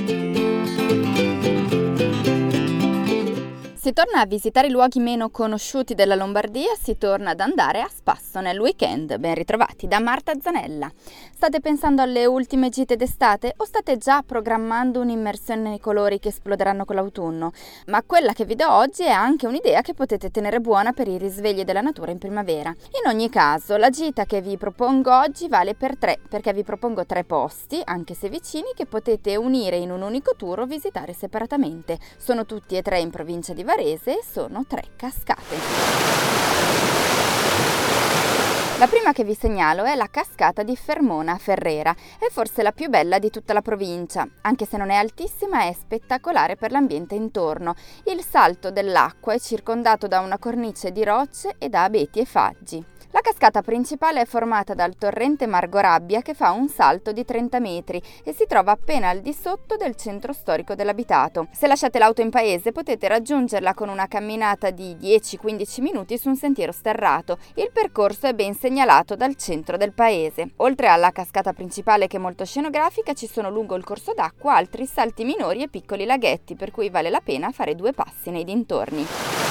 Si torna a visitare i luoghi meno conosciuti della Lombardia, si torna ad andare a spasso nel weekend. Ben ritrovati da Marta Zanella. State pensando alle ultime gite d'estate o state già programmando un'immersione nei colori che esploderanno con l'autunno? Ma quella che vi do oggi è anche un'idea che potete tenere buona per i risvegli della natura in primavera. In ogni caso, la gita che vi propongo oggi vale per 3, perché vi propongo 3 posti, anche se vicini, che potete unire in un unico tour o visitare separatamente. Sono tutti e 3 in provincia di Varese e sono 3 cascate. La prima che vi segnalo è la cascata di Fermona a Ferrera, è forse la più bella di tutta la provincia, anche se non è altissima è spettacolare per l'ambiente intorno. Il salto dell'acqua è circondato da una cornice di rocce e da abeti e faggi. La cascata principale è formata dal torrente Margorabbia che fa un salto di 30 metri e si trova appena al di sotto del centro storico dell'abitato. Se lasciate l'auto in paese potete raggiungerla con una camminata di 10-15 minuti su un sentiero sterrato. Il percorso è ben segnalato dal centro del paese. Oltre alla cascata principale che è molto scenografica ci sono lungo il corso d'acqua altri salti minori e piccoli laghetti per cui vale la pena fare 2 passi nei dintorni.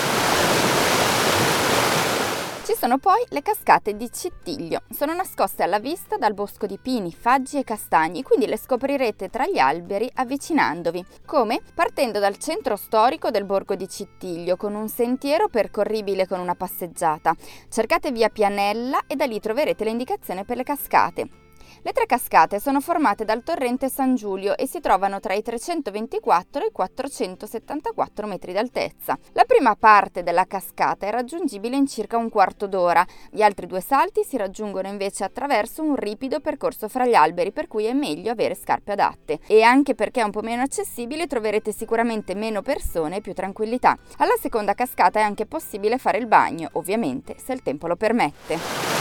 Ci sono poi le cascate di Cittiglio, sono nascoste alla vista dal bosco di pini, faggi e castagni, quindi le scoprirete tra gli alberi avvicinandovi. Come? Partendo dal centro storico del borgo di Cittiglio con un sentiero percorribile con una passeggiata. Cercate via Pianella e da lì troverete le indicazioni per le cascate. Le 3 cascate sono formate dal torrente San Giulio e si trovano tra i 324 e i 474 metri d'altezza. La prima parte della cascata è raggiungibile in circa un quarto d'ora. Gli altri 2 salti si raggiungono invece attraverso un ripido percorso fra gli alberi, per cui è meglio avere scarpe adatte. E anche perché è un po' meno accessibile troverete sicuramente meno persone e più tranquillità. Alla seconda cascata è anche possibile fare il bagno, ovviamente se il tempo lo permette.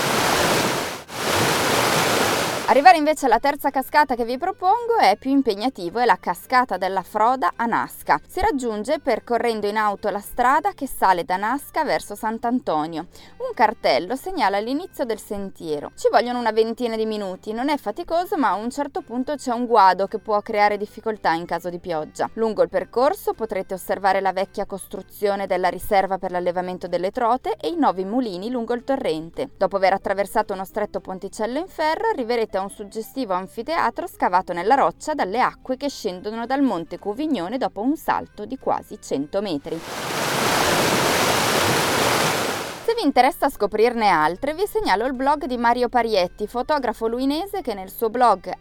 Arrivare invece alla terza cascata che vi propongo è più impegnativo, è la cascata della Froda a Nasca. Si raggiunge percorrendo in auto la strada che sale da Nasca verso Sant'Antonio. Un cartello segnala l'inizio del sentiero. Ci vogliono una ventina di minuti, non è faticoso ma a un certo punto c'è un guado che può creare difficoltà in caso di pioggia. Lungo il percorso potrete osservare la vecchia costruzione della riserva per l'allevamento delle trote e i 9 mulini lungo il torrente. Dopo aver attraversato uno stretto ponticello in ferro arriverete a un suggestivo anfiteatro scavato nella roccia dalle acque che scendono dal monte Cuvignone dopo un salto di quasi 100 metri. Se vi interessa scoprirne altre, vi segnalo il blog di Mario Parietti, fotografo luinese che nel suo blog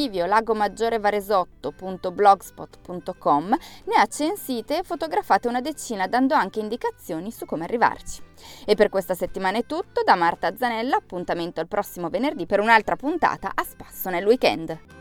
archivio-lagomaggiorevaresotto.blogspot.com ne ha censite e fotografate una decina, dando anche indicazioni su come arrivarci. E per questa settimana è tutto, da Marta Zanella, appuntamento al prossimo venerdì per un'altra puntata a spasso nel weekend.